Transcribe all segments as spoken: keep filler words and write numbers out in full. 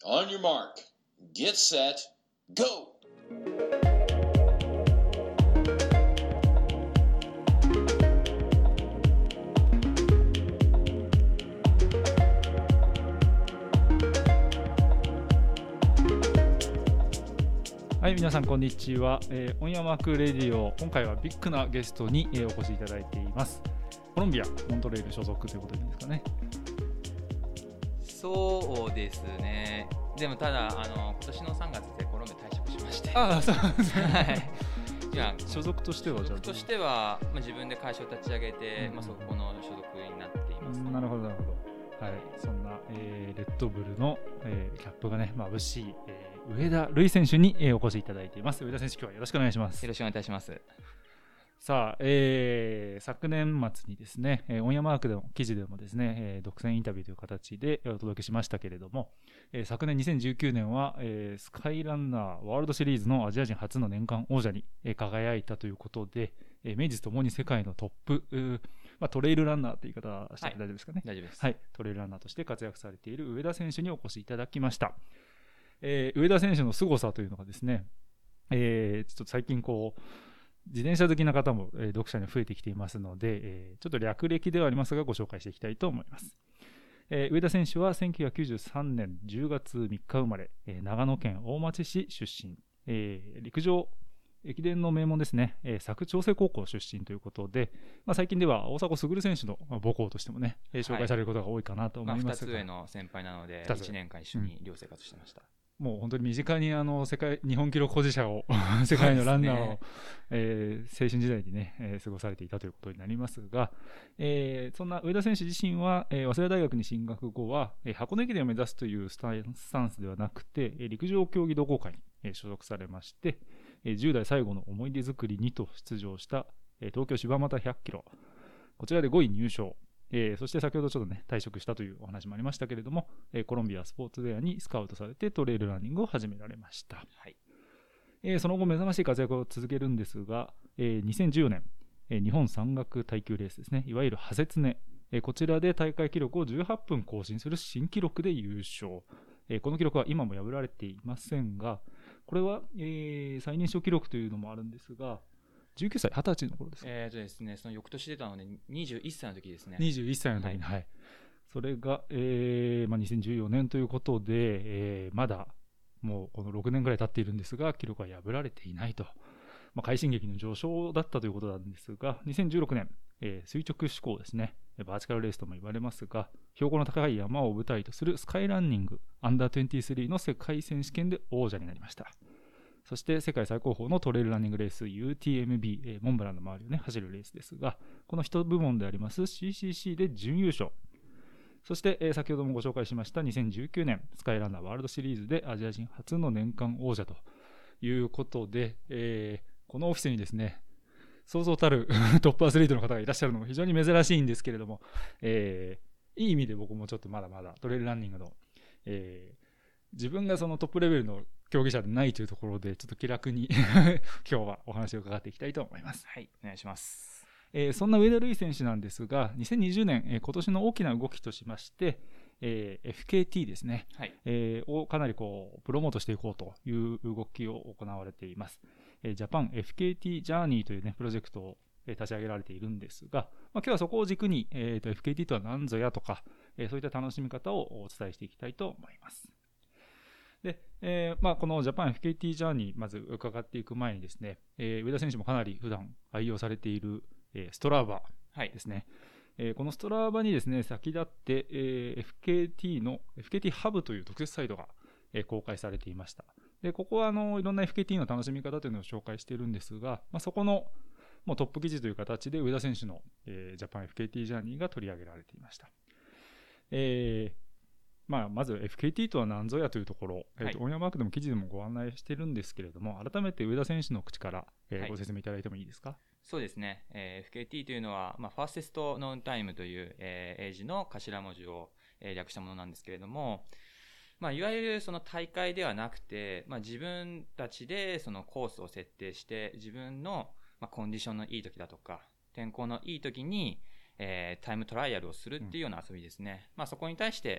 On your mark, get set, go! はい、皆さんこんにちは、えー、オンヤマークレディオ、今回はビッグなゲストに、えー、お越しいただいています。コロンビアモントレール所属ということでいいですかね。 そうですね。でもただあの今年のさんがつでコロンビア退職しまして。 ああ、そうですね。はい。 じゃあ所属としては所属としては、まあ、自分で会社を立ち上げて、うんまあ、そこの所属になっています、ね。 なるほどなるほど。はい、そんな、えー、レッドブルの、えー、キャップがね眩しい、えー、上田瑠衣選手に、えー、お越しいただいています。上田選手、今日はよろしくお願いします。 よろしくお願いいたします。 さあ、えー、昨年末にですね、えー、オンヤマークでの記事でもですね、えー、独占インタビューという形でお届けしましたけれども、えー、昨年にせんじゅうきゅうねんは、えー、スカイランナーワールドシリーズのアジア人初の年間王者に、えー、輝いたということで、えー、名実ともに世界のトップ、まあ、トレイルランナーという言い方して大丈夫ですかね、 はい、大丈夫です、 はい、トレイルランナーとして活躍されている上田選手にお越しいただきました。えー、上田選手の凄さというのがですね、えー、ちょっと最近こう自転車好きな方も、えー、読者に増えてきていますので、えー、ちょっと略歴ではありますがご紹介していきたいと思います。えー、上田選手はせんきゅうひゃくきゅうじゅうさんねんじゅうがつみっか生まれ、えー、長野県大町市出身、えー、陸上駅伝の名門ですね、えー、佐久長聖高校出身ということで、まあ、最近では大迫傑選手の母校としてもね、えー、紹介されることが多いかなと思いますが、 はいまあ、ふたつ上の先輩なのでいちねんかん一緒に寮生活してました、 うん、もう本当に身近にあの世界日本記録保持者を世界のランナーを、ねえー、青春時代にね、えー、過ごされていたということになりますが、えー、そんな上田選手自身は、えー、早稲田大学に進学後は、えー、箱根駅伝を目指すというスタンスではなくて、えー、陸上競技同好会に、えー、所属されまして、じゅう代最後の思い出作りにと出場した東京柴又ひゃっキロ、こちらでごい入賞、えー、そして先ほどちょっとね退職したというお話もありましたけれども、えー、コロンビアスポーツウェアにスカウトされてトレイルランニングを始められました、はいえー、その後目覚ましい活躍を続けるんですが、えー、にせんじゅうよねん、えー、日本山岳耐久レースですね、いわゆるハセツネ、えー、こちらで大会記録をじゅうはっぷん更新する新記録で優勝、えー、この記録は今も破られていませんが、これは、えー、最年少記録というのもあるんですが、じゅうきゅうさい、はたちの頃ですか。 えーとですね、その翌年出たのでにじゅういっさいの時ですね。 にじゅういっさいの時に、はい。はい、それが、えーまあ、にせんじゅうよねんということで、えー、まだもうこのろくねんぐらい経っているんですが、記録は破られていないと。まあ、快進撃の上昇だったということなんですが、にせんじゅうろくねん、えー、垂直志向ですね、バーチカルレースとも言われますが、標高の高い山を舞台とするスカイランニングアンダーにじゅうさんの世界選手権で王者になりました。そして世界最高峰のトレイルランニングレース ユーティーエムビー、えー、モンブランの周りを、ね、走るレースですが、この一部門であります シーシーシー で準優勝。そして、えー、先ほどもご紹介しましたにせんじゅうきゅうねんスカイランナーワールドシリーズでアジア人初の年間王者ということで、えー、このオフィスにですね、そうそうたるトップアスリートの方がいらっしゃるのも非常に珍しいんですけれども、えー、いい意味で僕もちょっとまだまだトレイルランニングの、えー、自分がそのトップレベルの競技者でないというところで、ちょっと気楽に今日はお話を伺っていきたいと思います。 はい、お願いします。 えー、そんな上田瑠衣選手なんですが、にせんにじゅうねん、えー、今年の大きな動きとしまして、えー、エフケーティー ですね、はいえー、をかなりこうプロモートしていこうという動きを行われています。えー、ジャパン エフケーティー ジャーニーという、ね、プロジェクトを立ち上げられているんですが、まあ、今日はそこを軸に、えー、と エフケーティー とは何ぞやとか、えー、そういった楽しみ方をお伝えしていきたいと思います。でえーまあ、このジャパン エフケーティー ジャーニーまず伺っていく前にですね、えー、上田選手もかなり普段愛用されている、えー、ストラーバですね、はいえー、このストラーバにですね先立って、えー、エフケーティー の エフケーティー ハブという特設サイトが、えー、公開されていました。でここはあのいろんな エフケーティー の楽しみ方というのを紹介しているんですが、まあ、そこのもうトップ記事という形で上田選手の、えー、ジャパン エフケーティー ジャーニーが取り上げられていました。えーまあ、まず エフケーティー とは何ぞやというところ、はいえー、とオンヤマークでも記事でもご案内してるんですけれども、改めて上田選手の口から、えーはい、ご説明いただいてもいいですか。 そうですね、えー、エフケーティー というのは、まあ、ファーステストノーンタイムという、えー、英字の頭文字を、えー、略したものなんですけれども、まあ、いわゆるその大会ではなくて、まあ、自分たちでそのコースを設定して自分の、まあ、コンディションのいい時だとか天候のいい時に、えー、タイムトライアルをするっていうような遊びですね、うんまあ、そこに対して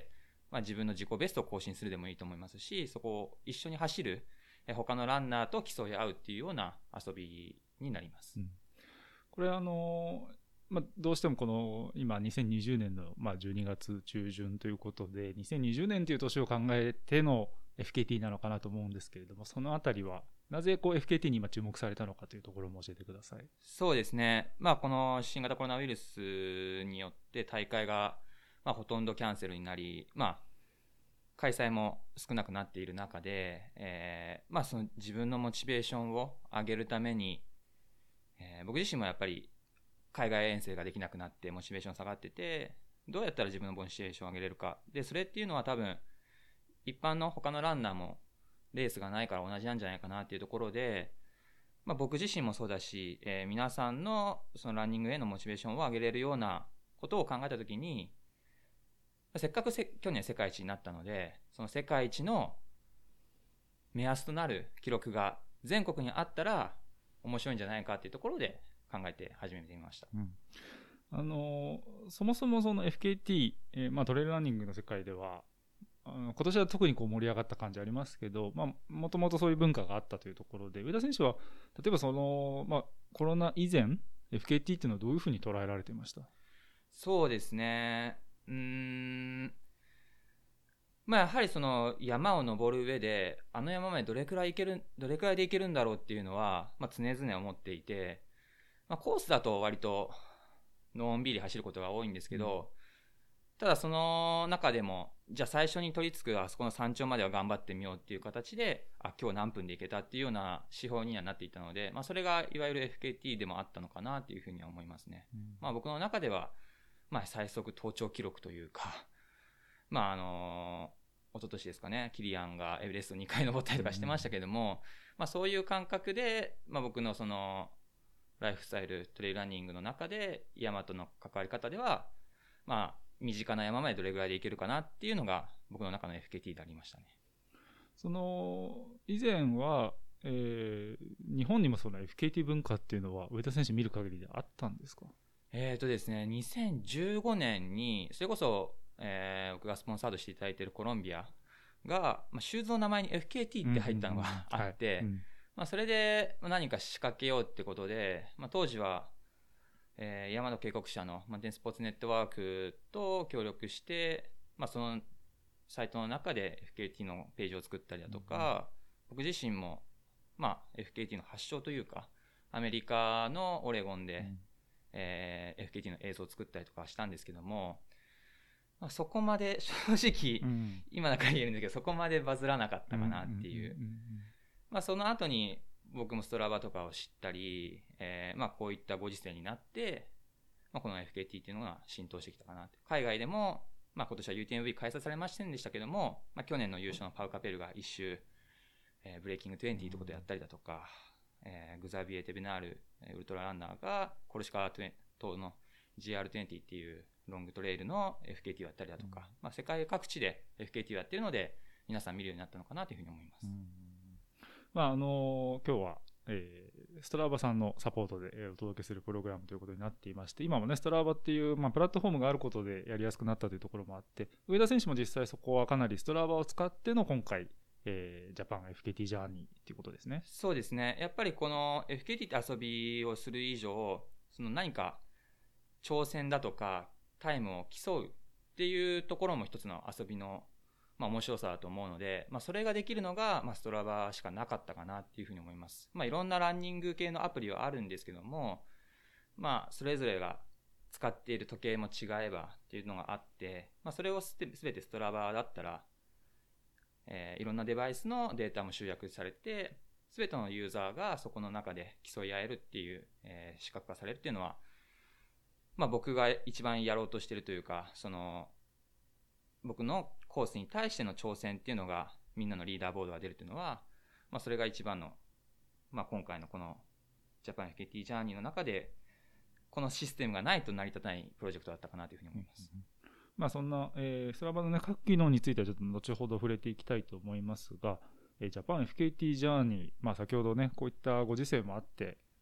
まあ、自分の自己ベストを更新するでもいいと思いますし、そこを一緒に走る、え他のランナーと競い合うっていうような遊びになります。 うん、これあのまあ、どうしてもこの今にせんにじゅうねんのまあじゅうにがつ中旬ということで、にせんにじゅうねんという年を考えての エフケーティー なのかなと思うんですけれども、そのあたりはなぜこう エフケーティー に今注目されたのかというところも教えてください。 そうですね、まあ、この新型コロナウイルスによって大会がまあほとんどキャンセルになり、まあ、開催も少なくなっている中で、えーまあ、その自分のモチベーションを上げるために、えー、僕自身もやっぱり海外遠征ができなくなってモチベーション下がってて、どうやったら自分のモチベーションを上げれるかで、それっていうのは多分一般の他のランナーもレースがないから同じなんじゃないかなっていうところで、まあ、僕自身もそうだし、えー、皆さんのそのランニングへのモチベーションを上げれるようなことを考えたときに、せっかくせ去年世界一になったので、その世界一の目安となる記録が全国にあったら面白いんじゃないかっていうところで考えて始めてみました。 うん、あのそもそもその エフケーティー、えーまあ、トレイルランニングの世界ではあの今年は特にこう盛り上がった感じありますけど、もともとそういう文化があったというところで、上田選手は例えばその、まあ、コロナ以前 エフケーティー っていうのはどういうふうに捉えられていました？ そうですね、うーんまあ、やはりその山を登る上であの山までどれくらい行けるどれくらいで行けるんだろうっていうのは、まあ、常々思っていて、まあ、コースだと割とのんびり走ることが多いんですけど、うん、ただその中でもじゃあ最初に取り付くあそこの山頂までは頑張ってみようっていう形で、あ今日何分で行けたっていうような手法にはなっていたので、まあ、それがいわゆる エフケーティー でもあったのかなっていうふうには思いますね。うん、まあ、僕の中では、まあ、最速登頂記録というか、まああの一昨年ですかね、キリアンがエベレストにかい登ったりとかしてましたけども、うんまあ、そういう感覚で、まあ、僕のそのライフスタイルトレイルランニングの中で山との関わり方では、まあ、身近な山までどれぐらいで行けるかなっていうのが僕の中の エフケーティー でありましたね。 その以前は、えー、日本にもその エフケーティー 文化っていうのは上田選手見る限りであったんですか？ えーとですね、にせんじゅうごねんにそれこそ、えー、僕がスポンサードしていただいているコロンビアが、まあ、シューズの名前に エフケーティー って入ったのがあって、まあ、それで何か仕掛けようってことで、まあ、当時は、えー、山の警告者のマウンテンスポーツネットワークと協力して、まあ、そのサイトの中で エフケーティー のページを作ったりだとか、うん、僕自身も、まあ、エフケーティー の発祥というかアメリカのオレゴンで、うんえー、エフケーティー の映像を作ったりとかしたんですけども、まあ、そこまで正直、うん、今だから言えるんですけどそこまでバズらなかったかなっていう、まあ、その後に僕もストラバとかを知ったり、えーまあ、こういったご時世になって、まあ、この エフケーティー っていうのが浸透してきたかなって。海外でも、まあ、今年は ユーティーエムブイ 開催されませんでしたけども、まあ、去年の優勝のパウカペルが一周、えー、ブレイキングにじゅうということをやったりだとか、えー、グザビエ・テベナールウルトラランナーがコルシカ島の ジーアールにじゅう っていうロングトレイルの エフケーティー をやったりだとか、うんまあ、世界各地で エフケーティー をやっているので皆さん見るようになったのかなというふうに思います。うんまああのー、今日は、えー、ストラーバさんのサポートでお届けするプログラムということになっていまして、今もねストラーバっていう、まあ、プラットフォームがあることでやりやすくなったというところもあって、上田選手も実際そこはかなりストラーバを使っての今回えー、ジャパン エフケーティー ジャーニーっていうことですね。 そうですね。やっぱりこの エフケーティー って遊びをする以上、その何か挑戦だとかタイムを競うっていうところも一つの遊びの、まあ、面白さだと思うので、まあ、それができるのが、まあ、ストラバしかなかったかなっていうふうに思います。まあ、いろんなランニング系のアプリはあるんですけども、まあ、それぞれが使っている時計も違えばっていうのがあって、まあ、それをすべてストラバだったらえー、いろんなデバイスのデータも集約されて、すべてのユーザーがそこの中で競い合えるっていう、えー、視覚化されるっていうのは、まあ僕が一番やろうとしているというか、その、僕のコースに対しての挑戦っていうのが、みんなのリーダーボードが出るっていうのは、まあそれが一番の、まあ今回のこのジャパン エフケーティー ジャーニーの中で、このシステムがないと成り立たないプロジェクトだったかなというふうに思います。 うんうんまあ、そんな、えー、ストラバの、ね、各機能についてはちょっと後ほど触れていきたいと思いますが、えー、ジャパン エフケーティー ジャーニー、まあ、先ほどねこういったご時世もあって、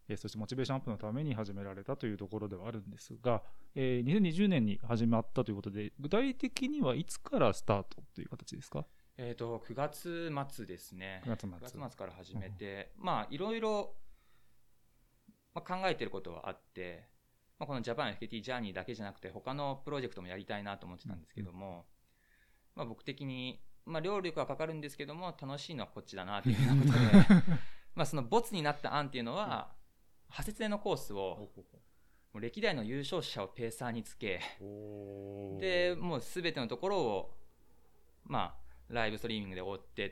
えー、そしてモチベーションアップのために始められたというところではあるんですが、えー、にせんにじゅうねんに始まったということで、具体的にはいつからスタートという形ですか？ えっと、くがつ末ですね。 くがつ末。 くがつ末から始めて、うん、まあ、いろいろ、まあ、考えてることはあって、まあ、この ジャパンエフケーティー ジャーニーだけじゃなくて、他のプロジェクトもやりたいなと思ってたんですけども、うん、まあ、僕的に、まあ、労力はかかるんですけども、楽しいのはこっちだなというようなことで、まあ、そのボツになった案っていうのは、派切でのコースを、もう歴代の優勝者をペーサーにつけ、で、もうすべてのところを、まあ、ライブストリーミングで追ってって、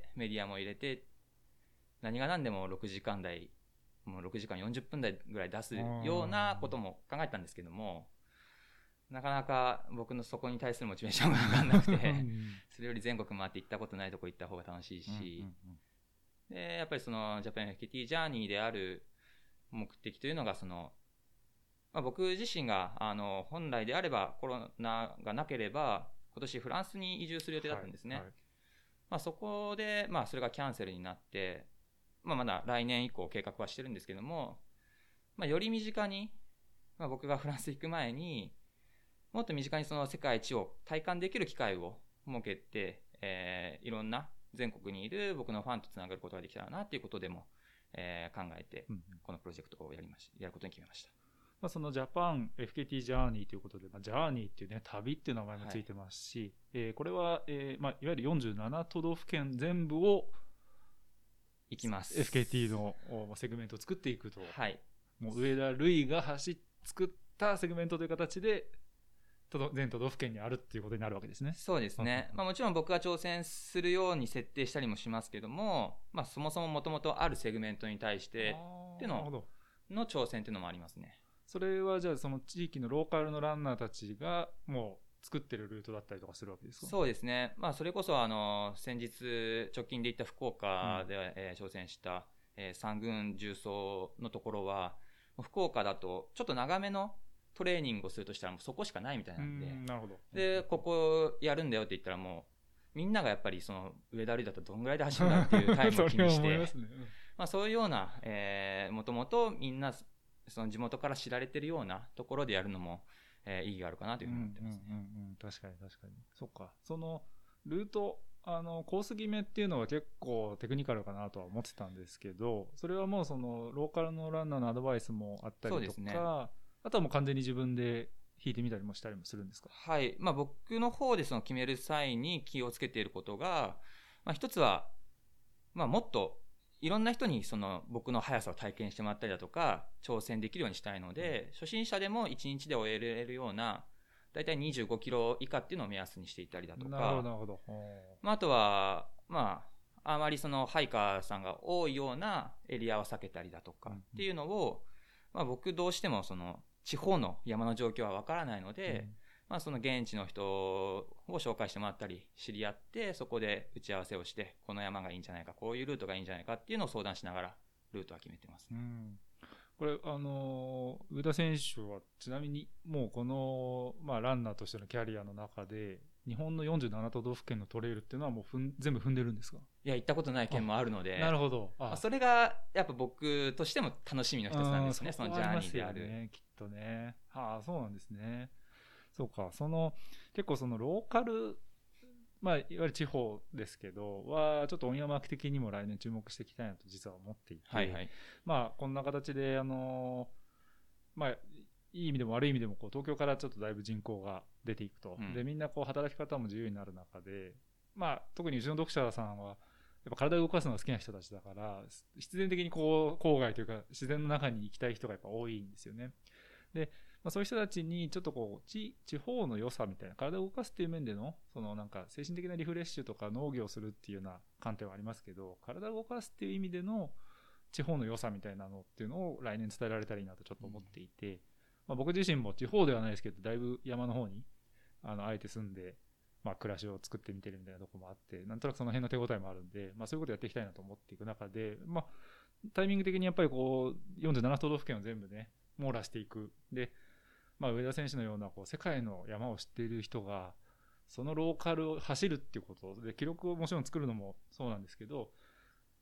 メディアも入れて、何が何でもろくじかん台、もうろくじかんよんじゅっぷん台ぐらい出すようなことも考えたんですけども、なかなか僕のそこに対するモチベーションが上がらなくて、それより全国回って行ったことないとこ行った方が楽しいし、で、やっぱりそのジャパンエフケーティージャーニーである目的というのが、その、まあ、僕自身が、あの、本来であればコロナがなければ、今年フランスに移住する予定だったんですね。はいはい、まあ、そこで、まあ、それがキャンセルになって、まあ、まだ来年以降計画はしてるんですけども、まあ、より身近に、まあ、僕がフランス行く前に、もっと身近にその世界一を体感できる機会を設けて、えー、いろんな全国にいる僕のファンとつながることができたらなということでも、えー、考えて、このプロジェクトをやりまし、やることに決めました。 まあ、そのジャパン エフケーティー ジャーニーということで、まあ、ジャーニーっていうね、旅っていう名前もついてますし、はい、えー、これは、えーまあ、いわゆるよんじゅうなな都道府県全部を行きます。 エフケーティー のセグメントを作っていくと。 はい。 もう上田瑠衣が走っ作ったセグメントという形で、全都道府県にあるっていうことになるわけですね。 そうですね。まあ、もちろん僕が挑戦するように設定したりもしますけども、まあ、そもそももともとあるセグメントに対してっていうのの挑戦っていうのもありますね。 それはじゃあその地域のローカルのランナーたちがもう作ってるルートだったりとかするわけですか？ そうですね。まあ、それこそあの先日直近で行った福岡で、うんえー、挑戦した、えー、三軍重走のところは福岡だとちょっと長めのトレーニングをするとしたらもうそこしかないみたいなんで、 なるほど。 でここやるんだよって言ったらもうみんながやっぱりその上田瑠衣だとどんぐらいで走るんだっていうタイムを気にして、ますね、うん、まあそういうような、えー、もともとみんなその地元から知られてるようなところでやるのも、えー、意義があるかなというふうに思ってますね。 うんうんうんうん、確かに確かに。そっか。そのルートあのコース決めっていうのは結構テクニカルかなとは思ってたんですけど、それはもうそのローカルのランナーのアドバイスもあったりとか。そうですね。あとはもう完全に自分で弾いてみたりもしたりもするんですか？ はい。まあ僕の方でその決める際に気をつけていることが、まあ一つは、まあもっといろんな人にその僕の速さを体験してもらったりだとか、挑戦できるようにしたいので、初心者でもいちにちで終えられるような、だいたいにじゅうごキロ以下っていうのを目安にしていたりだとか。 なるほど、なるほど。 まああとは、まあ、あまりそのハイカーさんが多いようなエリアは避けたりだとかっていうのを、まあ僕どうしてもその、地方の山の状況はわからないので、うん、まあその現地の人を紹介してもらったり、知り合って、そこで打ち合わせをして、この山がいいんじゃないか、こういうルートがいいんじゃないかっていうのを相談しながら、ルートは決めてます。 うん、これ、あの、上田選手はちなみにもうこの、まあランナーとしてのキャリアの中で、日本のよんじゅうなな都道府県のトレイルっていうのはもうふん全部踏んでるんですか？ いや、行ったことない県もあるので。 なるほど。 ああそれが、やっぱ僕としても楽しみの一つなんですね、そのジャーニーである。 ね、きっとね。はあ、そうなんですね。そうか、その、結構そのローカル、まあ、いわゆる地方ですけど、は、ちょっとオンヤマーク的にも来年注目していきたいなと実は思っていて、 はいはい。 まあ、こんな形で、あの、まあ、いい意味でも悪い意味でもこう東京からちょっとだいぶ人口が出ていくと、うん、でみんなこう働き方も自由になる中で、まあ、特にうちの読者さんはやっぱ体を動かすのが好きな人たちだから必然的にこう郊外というか自然の中に行きたい人がやっぱ多いんですよね。で、まあ、そういう人たちにちょっとこう 地, 地方の良さみたいな体を動かすっていう面でのそのなんか精神的なリフレッシュとか農業をするっていうような観点はありますけど、体を動かすっていう意味での地方の良さみたいなのっていうのを来年伝えられたらいいなとちょっと思っていて、うんまあ、僕自身も地方ではないですけどだいぶ山の方に あのあえて住んで、まあ、暮らしを作ってみてるみたいなところもあってなんとなくその辺の手応えもあるんで、まあ、そういうことやっていきたいなと思っていく中で、まあ、タイミング的にやっぱりこうよんじゅうなな都道府県を全部ね網羅していくで、まあ、上田選手のようなこう世界の山を知っている人がそのローカルを走るっていうことで記録をもちろん作るのもそうなんですけど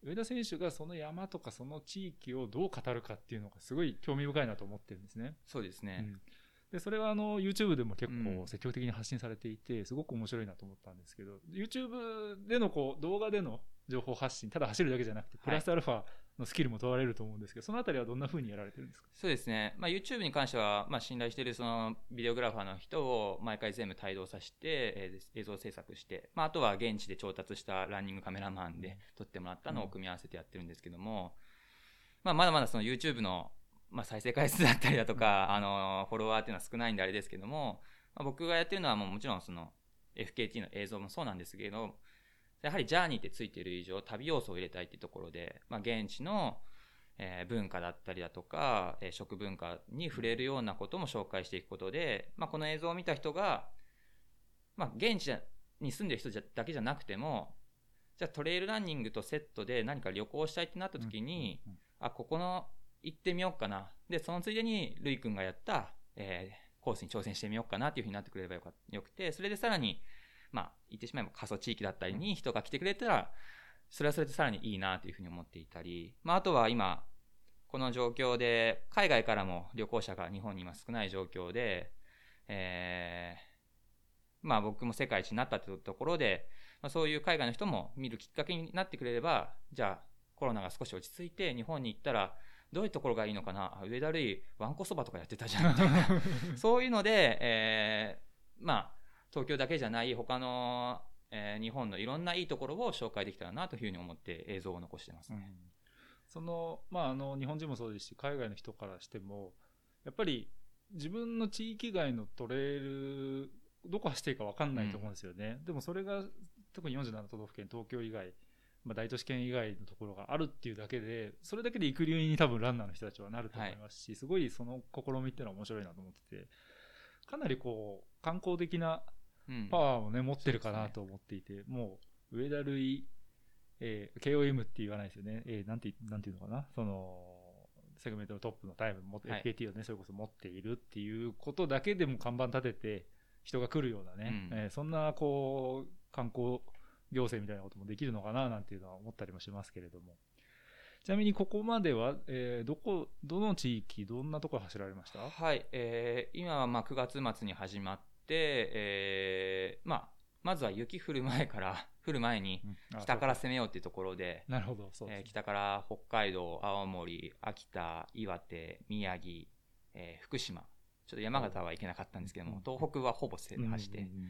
上田選手がその山とかその地域をどう語るかっていうのがすごい興味深いなと思ってるんですね。 そうですね。 うんでそれはあの YouTube でも結構積極的に発信されていて、すごく面白いなと思ったんですけど、YouTube でのこう動画での情報発信、ただ走るだけじゃなくてプラスアルファのスキルも問われると思うんですけど、そのあたりはどんな風にやられてるんですか？ そうですね、まあ、YouTube に関しては、まあ、信頼しているそのビデオグラファーの人を毎回全部帯同させて、えー、映像制作して、まあ、あとは現地で調達したランニングカメラマンで撮ってもらったのを組み合わせてやってるんですけども、まあ、まだまだその YouTube のまあ、再生回数だったりだとか、あのフォロワーっていうのは少ないんであれですけども、まあ、僕がやってるのはもうもちろんその エフケーティー の映像もそうなんですけど、やはりジャーニーってついている以上旅要素を入れたいっていうところで、まあ、現地の、えー、文化だったりだとか、えー、食文化に触れるようなことも紹介していくことで、まあ、この映像を見た人が、まあ、現地に住んでる人じゃだけじゃなくても、じゃあトレイルランニングとセットで何か旅行したいってなった時に、うんうんうん、あここの行ってみようかな。で、そのついでに、ルイ君がやった、えー、コースに挑戦してみようかなっていう風になってくれればよかよくて、それでさらに、まあ、言ってしまえば過疎地域だったりに人が来てくれたら、それはそれでさらにいいなという風に思っていたり、まあ、あとは今、この状況で、海外からも旅行者が日本に今少ない状況で、えー、まあ僕も世界一になったというところで、まあ、そういう海外の人も見るきっかけになってくれれば、じゃあコロナが少し落ち着いて日本に行ったら、どういうところがいいのかな、上田瑠衣わんこそばとかやってたじゃんみたいなそういうので、えー、まあ東京だけじゃない他の、えー、日本のいろんないいところを紹介できたらなというふうに思って映像を残してますね。うん、 そのまああの日本人もそうですし海外の人からしてもやっぱり自分の地域外のトレイルどこ走っていいか分かんないと思うんですよね。うん、でもそれが特によんじゅうなな都道府県東京以外まあ、大都市圏以外のところがあるっていうだけでそれだけで行く理由に多分ランナーの人たちはなると思いますし、はい、すごいその試みっていうのは面白いなと思っててかなりこう観光的なパワーをね、うん、持ってるかなと思っていて、ね、もう上田瑠衣、えー、ケーオーエム って言わないですよね、えー、なんてなんていうのかなそのセグメントのトップのタイムも、はい、エフケーティー をねそれこそ持っているっていうことだけでも看板立てて人が来るようなね、うんえー、そんなこう観光行政みたいなこともできるのかななんていうのは思ったりもしますけれども、ちなみにここまでは、えー、どこどの地域どんなところ走られました？ はい、えー、今はまあくがつ末に始まって、えーまあ、まずは雪降る前から降る前に北から攻めようっていうところで、 うん、なるほどそうですね、 えー、北から北海道、青森、秋田、岩手、宮城、えー、福島、ちょっと山形は行けなかったんですけども、うん、東北はほぼ走って、うんうんうん、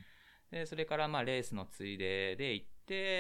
でそれからまあレースのついでで行って、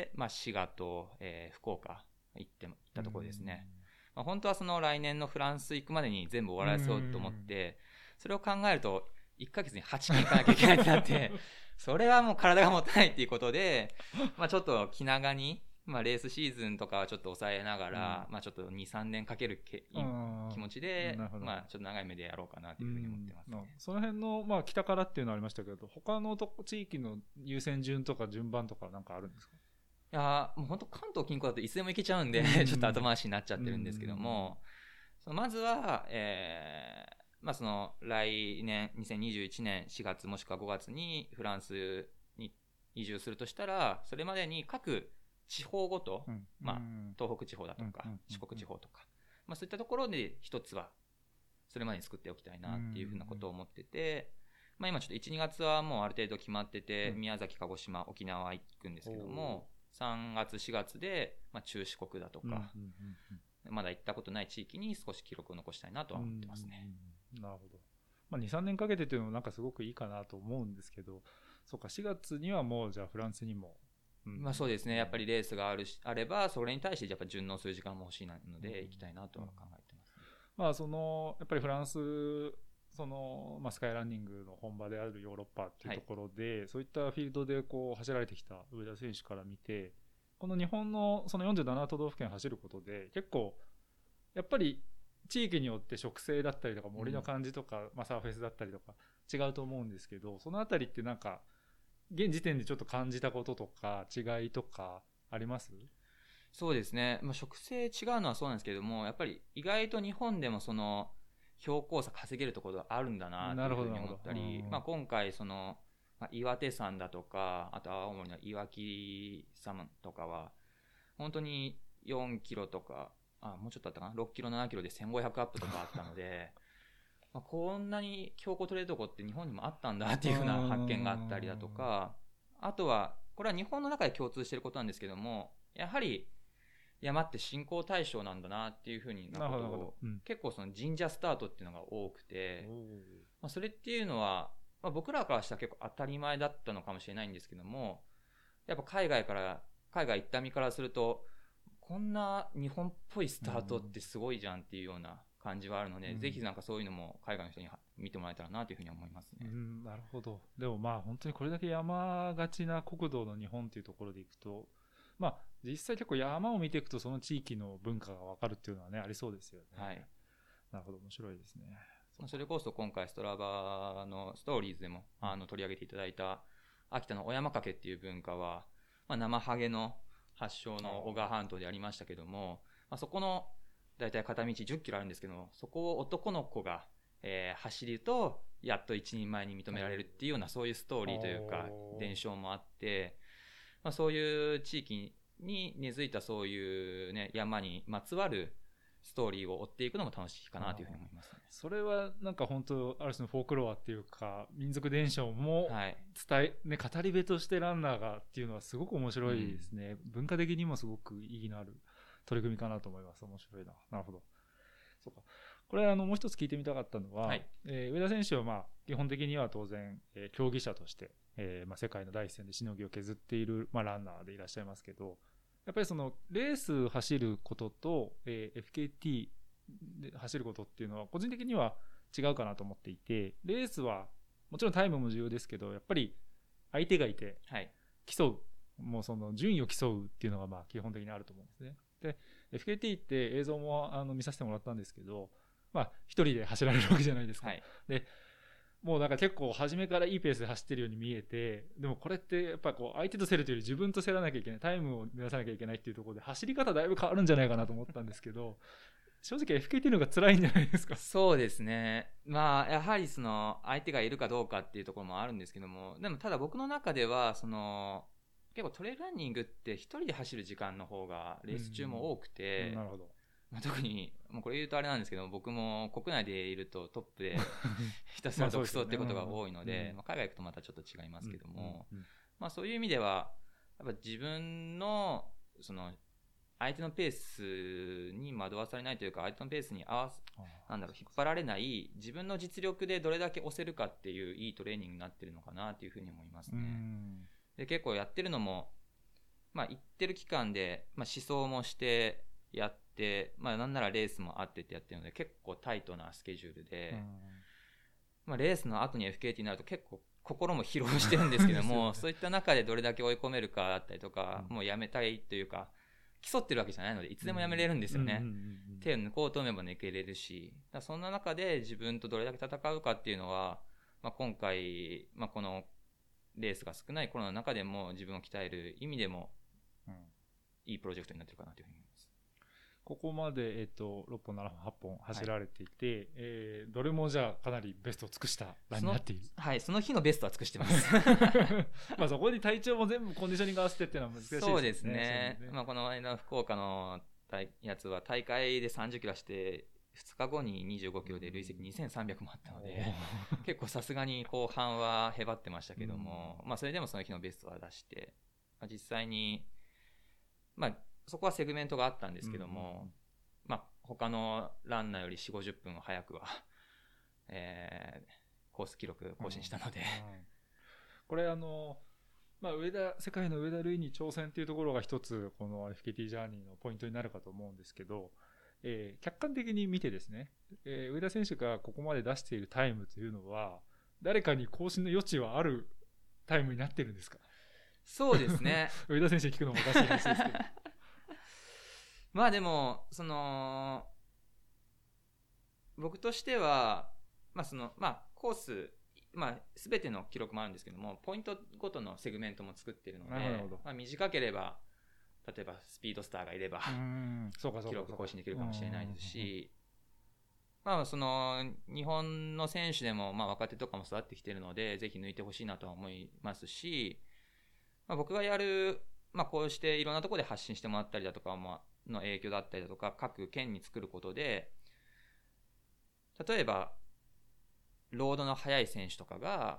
まあ、滋賀と、えー、福岡行って行ったところですね。まあ、本当はその来年のフランス行くまでに全部終わらせようと思って、それを考えるといっかげつにはちけん行かなきゃいけないってなってそれはもう体が持たないっていうことで、まあ、ちょっと気長に、まあ、レースシーズンとかはちょっと抑えながら、うんまあ、ちょっと にさんねんかけるけ気持ちで、まあ、ちょっと長い目でやろうかなというふうに思ってます、ね、 うん、その辺の、まあ、北からっていうのはありましたけど他のと地域の優先順とか順番とかなんかあるんですか？ いやもう本当関東近郊だといつでも行けちゃうんで、うん、ちょっと後回しになっちゃってるんですけども、うん、そのまずは、えーまあ、その来年にせんにじゅういちねんしがつもしくはごがつにフランスに移住するとしたらそれまでに各地方ごと、うんまあ、東北地方だとか、うん、四国地方とか、まあ、そういったところで一つはそれまでに作っておきたいなっていうふうなことを思ってて、まあ、今ちょっといち、にがつはもうある程度決まってて、宮崎、鹿児島、沖縄行くんですけども、さんがつ、しがつで、まあ、中四国だとか、うんうんうんうん、まだ行ったことない地域に少し記録を残したいなとは思ってますね。 うんうん、なるほど。まあ、に、さんねんかけてというのもなんかすごくいいかなと思うんですけど、そうか、しがつにはもうじゃあフランスにも、 うんまあ、そうですね、やっぱりレースがあるしあればそれに対してやっぱ順応する時間も欲しいので行きたいなとは考えてます、ねうんまあ、そのやっぱりフランスその、まあ、スカイランニングの本場であるヨーロッパっていうところで、はい、そういったフィールドでこう走られてきた上田選手から見てこの日本のそのよんじゅうなな都道府県走ることで結構やっぱり地域によって植生だったりとか森の感じとか、うんまあ、サーフェスだったりとか違うと思うんですけどそのあたりってなんか現時点でちょっと感じたこととか違いとかあります？ そうですね、まあ、植生違うのはそうなんですけどもやっぱり意外と日本でもその標高差稼げるところがあるんだなというふうに思ったり、まあ、今回その、まあ、岩手山だとかあと青森の岩木山とかは本当によんキロとか、あ、もうちょっとあったかな、ろっキロ、ななキロでせんごひゃくアップとかあったので、まあこんなに標高取れるとこって日本にもあったんだっていうふうな発見があったりだとか、あとは、これは日本の中で共通していることなんですけども、やはり山って信仰対象なんだなっていうふうになことを、うん、結構その神社スタートっていうのが多くて、まあ、それっていうのは、まあ、僕らからしたら結構当たり前だったのかもしれないんですけども、やっぱ海外から、海外行った身からすると、こんな日本っぽいスタートってすごいじゃんっていうような感じはあるので、うん、ぜひなんかそういうのも海外の人に見てもらえたらなというふうに思いますね。 うん、なるほど。でもまあ本当にこれだけ山がちな国土の日本っていうところでいくと、まあ実際結構山を見ていくとその地域の文化が分かるっていうのはね、ありそうですよね。 はい。 なるほど、面白いですね。 それこそ今回ストラバのストーリーズでもあの取り上げていただいた秋田のお山かけっていう文化は、まあ、生ハゲの発祥の男鹿半島でありましたけども、まあ、そこのだいたい片道じゅっキロあるんですけども、そこを男の子が、えー、走るとやっと一人前に認められるっていうようなそういうストーリーというか伝承もあって、まあ、そういう地域に根付いたそういうね山にまつわるストーリーを追っていくのも楽しいかなというふうに思いますね。 それはなんか本当ある種のフォークロアっていうか民族伝承も伝え、はいね、語り部としてランナーがっていうのはすごく面白いですね、うん、文化的にもすごく意義のある取り組みかなと思います。面白いな。なるほど。そうか。これあのもう一つ聞いてみたかったのは、はい、えー、上田選手はまあ基本的には当然、えー、競技者として、えーまあ、世界の第一線でしのぎを削っている、まあ、ランナーでいらっしゃいますけど、やっぱりそのレース走ることと、えー、エフケーティー で走ることっていうのは個人的には違うかなと思っていて、レースはもちろんタイムも重要ですけど、やっぱり相手がいて競う、はい、もうその順位を競うっていうのがまあ基本的にあると思うんですね。で エフケーティー って映像もあの見させてもらったんですけど、まあ一人で走られるわけじゃないですか、はい、でもうなんか結構初めからいいペースで走ってるように見えて、でもこれってやっぱこう相手と競るというより自分と競らなきゃいけない、タイムを目指さなきゃいけないっていうところで走り方だいぶ変わるんじゃないかなと思ったんですけど、正直 エフケーティー の方が辛いんじゃないですか。 そうですね。まあやはりその相手がいるかどうかっていうところもあるんですけども、でもただ僕の中ではその結構トレイルランニングって一人で走る時間の方がレース中も多くて、 うん、なるほど。 まあ、特にもうこれ言うとあれなんですけど、僕も国内でいるとトップでひたすら独走ってことが多いので、まあ海外行くとまたちょっと違いますけども、うんうんうん、まあそういう意味ではやっぱ自分のその相手のペースに惑わされないというか、相手のペースに合わすなんだろう引っ張られない自分の実力でどれだけ押せるかっていういいトレーニングになってるのかなというふうに思いますね。うんで結構やってるのも、まあ、行ってる期間で、まあ、思想もしてやって、まあ、なんならレースもあってってやってるので結構タイトなスケジュールで、まあ、レースの後に エフケーティー になると結構心も疲労してるんですけども、ね、そういった中でどれだけ追い込めるかだったりとか、うん、もうやめたいというか競ってるわけじゃないのでいつでもやめれるんですよね。手を抜こうと思えば抜けれるし、だそんな中で自分とどれだけ戦うかっていうのは、まあ、今回、まあ、このレースが少ないコロナの中でも自分を鍛える意味でも、うん、いいプロジェクトになってるかなというふうに思います。 ここまで、えー、とろっぽんななほんはっぽん走られていて、はいえー、どれもじゃあかなりベストを尽くしたランになっている。 はい、その日のベストは尽くしてますまあそこに体調も全部コンディショニング合わせてっていうのは難しいですね。 そうですね、ねまあ、この間福岡のやつは大会でさんじゅっキロ走ってふつかごににじゅうごキロで累積にせんさんびゃくもあったので結構さすがに後半はへばってましたけども、うんまあ、それでもその日のベストは出して、まあ、実際に、まあ、そこはセグメントがあったんですけども、うんまあ、他のランナーよりよんじゅうごじゅっぷん早くは、えー、コース記録更新したので、うんうん、 これあの、まあ、上田世界の上田瑠唯に挑戦というところが一つこの エフケーティー ジャーニーのポイントになるかと思うんですけど、えー、客観的に見てですね、えー、上田選手がここまで出しているタイムというのは誰かに更新の余地はあるタイムになってるんですか？ そうですね上田選手に聞くのもおかしい話ですけどまあでもその僕としてはまあそのまあコースまあ全ての記録もあるんですけどもポイントごとのセグメントも作っているので、まあ、短ければ例えばスピードスターがいれば記録更新できるかもしれないですし、まあその日本の選手でもまあ若手とかも育ってきているのでぜひ抜いてほしいなとは思いますし、まあ、僕がやるまあ、こうしていろんなところで発信してもらったりだとか、まあ、の影響だったりだとか、各県に作ることで、例えば、ロードの速い選手とかが、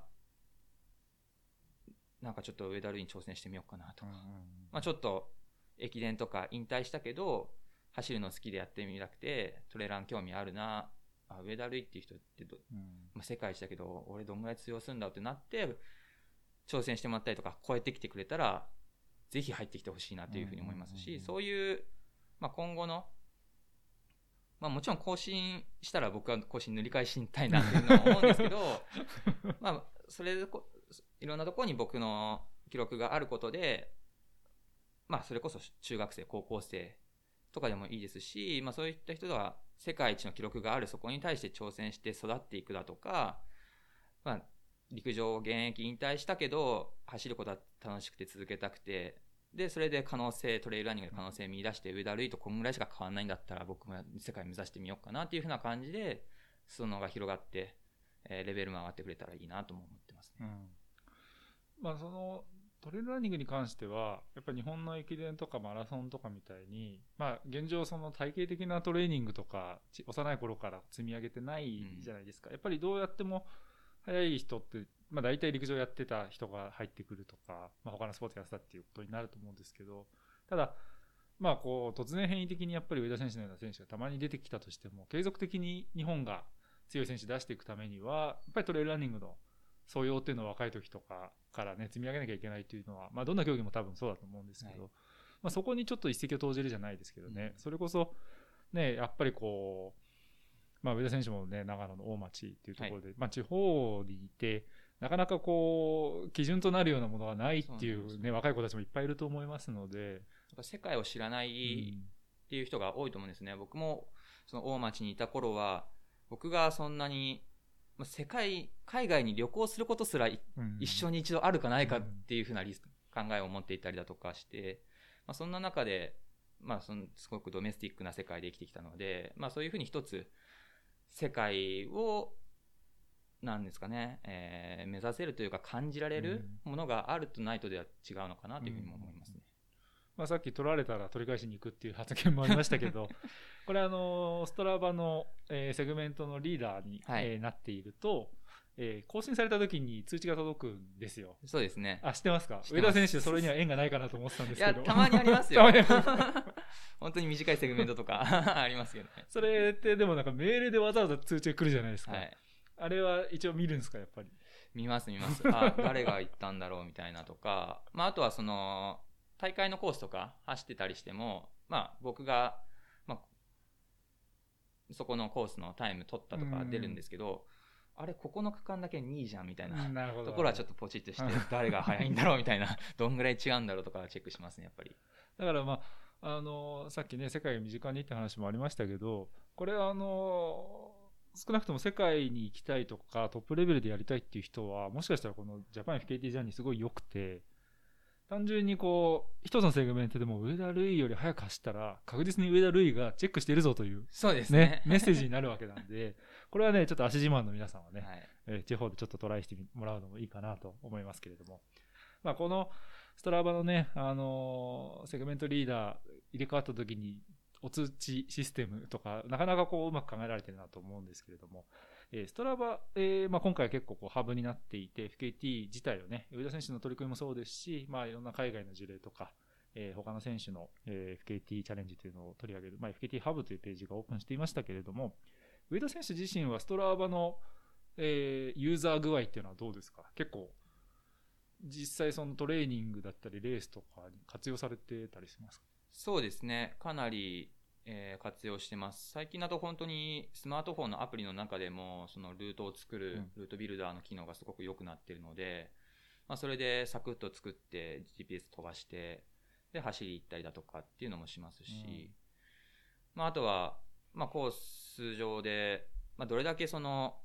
なんかちょっと上田瑠衣に挑戦してみようかなとか、うんうんうん、まあ、ちょっと駅伝とか引退したけど、走るの好きでやってみなくて、トレラン興味あるな、あ、上田瑠衣っていう人ってど、うん、まあ、世界一だけど、俺どんぐらい通用するんだってなって、挑戦してもらったりとか、超えてきてくれたら、ぜひ入ってきてほしいなというふうに思いますし、うんうんうん、そういう、まあ、今後の、まあ、もちろん更新したら僕は更新塗り替えしたいなっていうのは思うんですけど、まあ、それでこ、いろんなところに僕の記録があることで、まあ、それこそ中学生、高校生とかでもいいですし、まあ、そういった人は世界一の記録があるそこに対して挑戦して育っていくだとか、まあ、陸上現役引退したけど走ることは楽しくて続けたくて、でそれで可能性、トレイルランニングで可能性見出して、上田瑠衣とこんぐらいしか変わらないんだったら僕も世界目指してみようかなっていう風な感じで裾野が広がって、えー、レベルも上がってくれたらいいなとも思ってますね。 うん、まあそのトレイルランニングに関してはやっぱり日本の駅伝とかマラソンとかみたいに、まあ現状その体系的なトレーニングとか幼い頃から積み上げてないじゃないですか。うん、やっぱりどうやっても速い人って、まあ、大体陸上やってた人が入ってくるとか、まあ、他のスポーツやってたっていうことになると思うんですけど、ただ、まあ、こう突然変異的にやっぱり上田選手のような選手がたまに出てきたとしても、継続的に日本が強い選手出していくためには、やっぱりトレイルランニングの素養っていうのは若い時とかからね積み上げなきゃいけないっていうのは、まあ、どんな競技も多分そうだと思うんですけど、はい、まあ、そこにちょっと一石を投じるじゃないですけどね、うん、それこそねやっぱりこうまあ、上田選手もね長野の大町っていうところで、はい、まあ、地方にいてなかなかこう基準となるようなものがないっていうね若い子たちもいっぱいいると思いますので、 世界を知らないっていう人が多いと思うんですね。うん、僕もその大町にいた頃は僕がそんなに世界海外に旅行することすら一生に一度あるかないかっていうふうなリス考えを持っていたりだとかして、まあ、そんな中で、まあ、そのすごくドメスティックな世界で生きてきたので、まあ、そういうふうに一つ世界をなんですかね、えー、目指せるというか感じられるものがあるとないとでは違うのかなというふうにも思いますね。うん、 まあ、さっき取られたら取り返しに行くっていう発言もありましたけどこれあのストラバの、えー、セグメントのリーダーに、はい、えー、なっていると、えー、更新された時に通知が届くんですよ。 そうですね。 あ、知ってますか？上田選手それには縁がないかなと思ってたんですけど。 いやたまにありますよ本当に短いセグメントとかありますよね。 それってでもなんかメールでわざわざ通知が来るじゃないですか。はい、あれは一応見るんですか？やっぱり見ます見ます。あ、誰が行ったんだろうみたいなとか、まあ、あとはその大会のコースとか走ってたりしても、まあ、僕が、まあ、そこのコースのタイム取ったとか出るんですけど、あれここの区間だけにいじゃんみたいなところはちょっとポチッとして誰が速いんだろうみたいなどんぐらい違うんだろうとかチェックしますねやっぱり。 だからまああのさっきね世界が身近にって話もありましたけど、これはあの少なくとも世界に行きたいとかトップレベルでやりたいっていう人はもしかしたらこのジャパン エフケーティー ジャーニーすごい良くて、単純にこう一つのセグメントでも上田瑠衣より速く走ったら確実に上田瑠衣がチェックしているぞという、 そうですね、 メッセージになるわけなんでこれはねちょっと足自慢の皆さんはね、はい、えー、地方でちょっとトライしてもらうのもいいかなと思いますけれども、まあ、このストラバのね、あのー、セグメントリーダー入れ替わった時にお通知システムとかなかなかこううまく考えられてるなと思うんですけれども、えー、ストラバ、えーまあ、今回は結構こうハブになっていて エフケーティー 自体をね上田選手の取り組みもそうですし、まあ、いろんな海外の事例とか、えー、他の選手の、えー、エフケーティー チャレンジというのを取り上げる、まあ、エフケーティー ハブというページがオープンしていましたけれども、上田選手自身はストラバの、えー、ユーザー具合っていうのはどうですか？結構実際そのトレーニングだったりレースとかに活用されてたりしますか？ そうですね、かなり、えー、活用してます。最近だと本当にスマートフォンのアプリの中でもそのルートを作るルートビルダーの機能がすごく良くなっているので、まあ、それでサクッと作って ジーピーエス 飛ばしてで走り行ったりだとかっていうのもしますし、うん、まあ、あとは、まあ、コース上で、まあ、どれだけその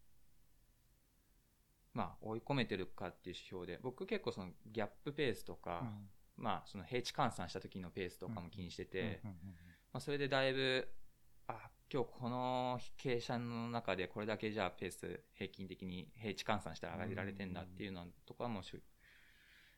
まあ、追い込めてるかっていう指標で、僕結構そのギャップペースとか、うん、まあその平地換算した時のペースとかも気にしてて、まあ、それでだいぶあ今日この傾斜の中でこれだけじゃあペース平均的に平地換算したら上げられてんだっていうのとかも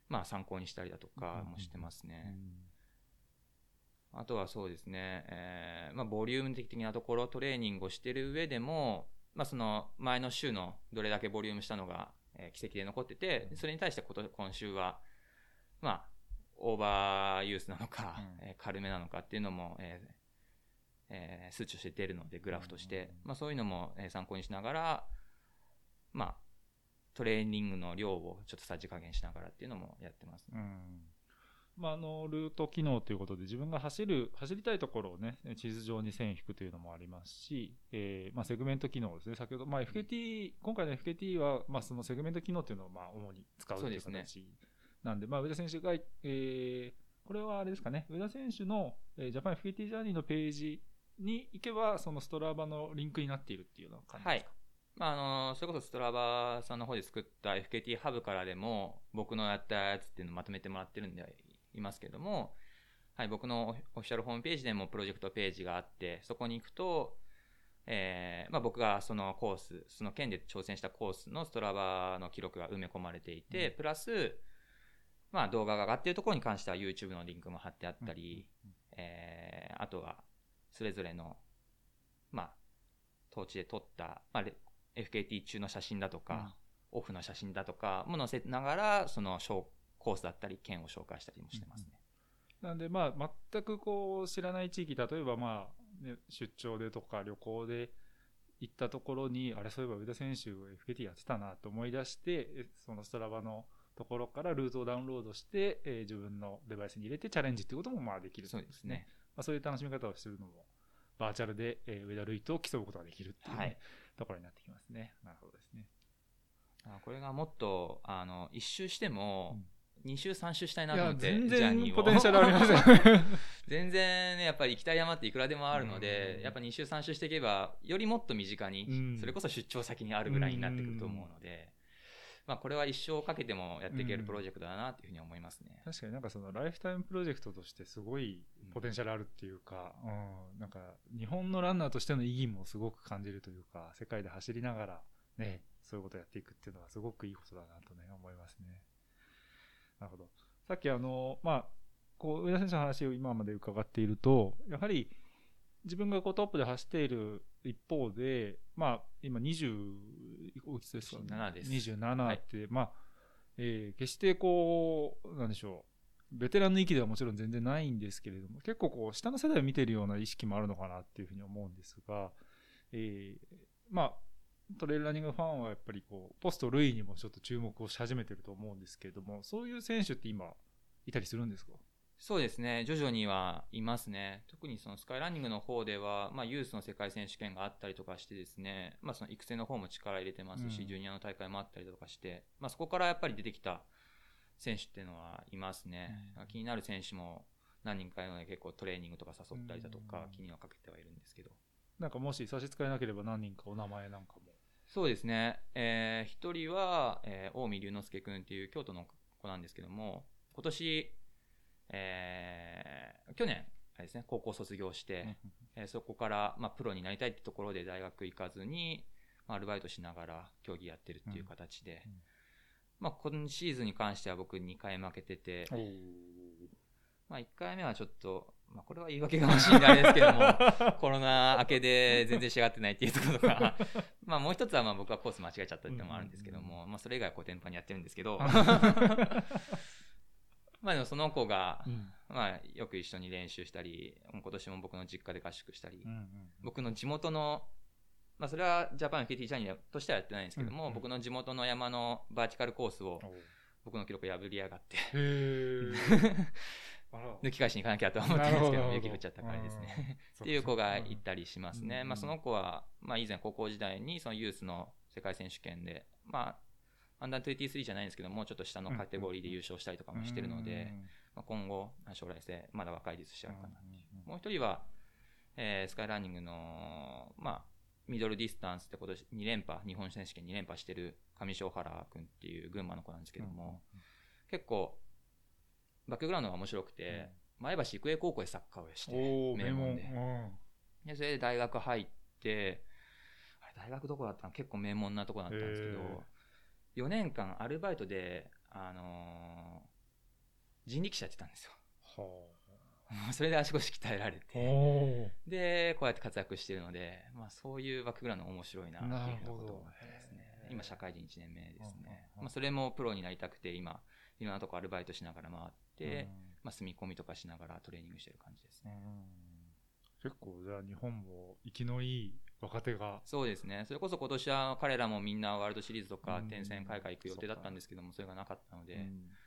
まあ参考にしたりだとかもしてますね。あとはそうですね、えー、まあボリューム的なところ、トレーニングをしている上でも、まあその前の週のどれだけボリュームしたのが、えー、奇跡で残ってて、それに対してこと今週は、まあ、オーバーユースなのか、うんえー、軽めなのかっていうのも、えーえー、数値として出るので、グラフとして、まあそういうのも、えー、参考にしながら、まあ、トレーニングの量をちょっとさじ加減しながらっていうのもやってます、ね。うんまあ、あのルート機能ということで自分が走る走りたいところをね地図上に線を引くというのもありますし、えーまあ、セグメント機能ですね。先ほど、まあ、エフケーティー 今回の エフケーティー は、まあ、そのセグメント機能というのをまあ主に使うという形なんで、まあ、上田選手が、えー、これはあれですかね、上田選手の、えー、ジャパン エフケーティー ジャーニーのページに行けばそのストラバのリンクになっているっていうような感じですか。 はい、まあ、あのそれこそストラバさんの方で作った エフケーティー ハブからでも僕のやったやつっていうのをまとめてもらってるんでいますけれども、はい、僕のオフィシャルホームページでもプロジェクトページがあって、そこに行くと、えーまあ、僕がそのコース、その県で挑戦したコースのストラバの記録が埋め込まれていて、うん、プラス、まあ、動画が上がっているところに関しては YouTube のリンクも貼ってあったり、うんえー、あとはそれぞれの、まあ、当地で撮った、まあ、エフケーティー 中の写真だとか、うん、オフの写真だとかも載せながら、そのコースだったり県を紹介したりもしてますね。 うん、なんでまあ全くこう知らない地域、例えばまあ、ね、出張でとか旅行で行ったところに、あれそういえば上田選手 エフケーティー やってたなと思い出して、そのストラバのところからルートをダウンロードして、えー、自分のデバイスに入れてチャレンジっていうこともまあできる、 そうですね。 まあ、そういう楽しみ方をするのもバーチャルで、えー、上田ルイと競うことができるっていう、ねはい、ところになってきますね。なるほどですね。 あこれがもっとあの一周しても、うんに周さん周したいなと思って、 全然ポテンシャルありますよ全然ねやっぱり行きたい山っていくらでもあるので、うん、やっぱに周さん周していけばよりもっと身近に、うん、それこそ出張先にあるぐらいになってくると思うので、うんまあ、これは一生かけてもやっていけるプロジェクトだなというふうに思いますね、 うん、確かになんかそのライフタイムプロジェクトとしてすごいポテンシャルあるっていうか、うんうん、なんか日本のランナーとしての意義もすごく感じるというか、世界で走りながらねそういうことをやっていくっていうのはすごくいいことだなとね思いますね。なるほど。さっきあの、まあ、こう上田選手の話を今まで伺っていると、やはり自分がこうトップで走っている一方で、まあ、今にじゅうおいくつですかね。 にじゅうななです。 にじゅうななって、はい、まあ、えー、決してこう、なんでしょう、ベテランの域ではもちろん全然ないんですけれども、結構こう下の世代を見ているような意識もあるのかなっていうふうに思うんですが、えー、まあ、トレイルランニングファンはやっぱりこうポストルイにもちょっと注目をし始めてると思うんですけれども、そういう選手って今いたりするんですか？ そうですね、徐々にはいますね。特にそのスカイランニングの方では、まあ、ユースの世界選手権があったりとかしてですね、まあ、その育成の方も力入れてますし、うん、ジュニアの大会もあったりとかして、まあ、そこからやっぱり出てきた選手っていうのはいますね、うん、気になる選手も何人かいるので結構トレーニングとか誘ったりだとか気にはかけてはいるんですけど、 なんかもし差し支えなければ何人かお名前なんかも。 そうですね、えー、一人は、えー、近江龍之介君っていう京都の子なんですけども、今年、えー、去年あれですね、高校卒業して、えー、そこから、まあ、プロになりたいってところで大学行かずに、まあ、アルバイトしながら競技やってるっていう形で、うんうんまあ、今シーズンに関しては僕にかい負けてて、まあ、いっかいめはちょっと、まあ、これは言い訳がましいんであれですけどもコロナ明けで全然仕上がってないっていうところとかまあもう一つはまあ僕はコース間違えちゃったっていうのもあるんですけども、まあ、それ以外はコテンパンにやってるんですけどまあでもその子が、まあよく一緒に練習したり、今年も僕の実家で合宿したり、僕の地元のまあそれはジャパン エフケーティー ジャーニーとしてはやってないんですけども、僕の地元の山のバーティカルコースを僕の記録破りやがって抜き返しに行かなきゃと思ってるんですけど、雪降っちゃったからですねっていう子がいたりしますね。まあその子は、まあ以前高校時代にそのユースの世界選手権で、まあアンダーにじゅうさんじゃないんですけども、ちょっと下のカテゴリーで優勝したりとかもしてるので、まあ、今後将来性まだ若いですしあるかなっていう。もう一人は、えー、スカイランニングのまあミドルディスタンスって今年に連覇、日本選手権に連覇してる上庄原君っていう群馬の子なんですけども、結構バックグラウンドが面白くて、うん、前橋育英高校でサッカーをして名門 で, でそれで大学入って、あれ大学どこだったの、結構名門なとこだったんですけど、よねんかんアルバイトで、あの人力車やってたんですよ。 はそれで足腰鍛えられて、で、こうやって活躍しているので、まあそういうバックグラウンド面白いなっていうふうなことを思ってますね。今社会人いちねんめですね。まあそれもプロになりたくて、今、いろんなとこアルバイトしながら回って、まあ住み込みとかしながらトレーニングしてる感じですね。 結構じゃあ日本も生きのいい若手が。 そうですね。それこそ今年は彼らもみんなワールドシリーズとか転戦海外行く予定だったんですけども、それがなかったので、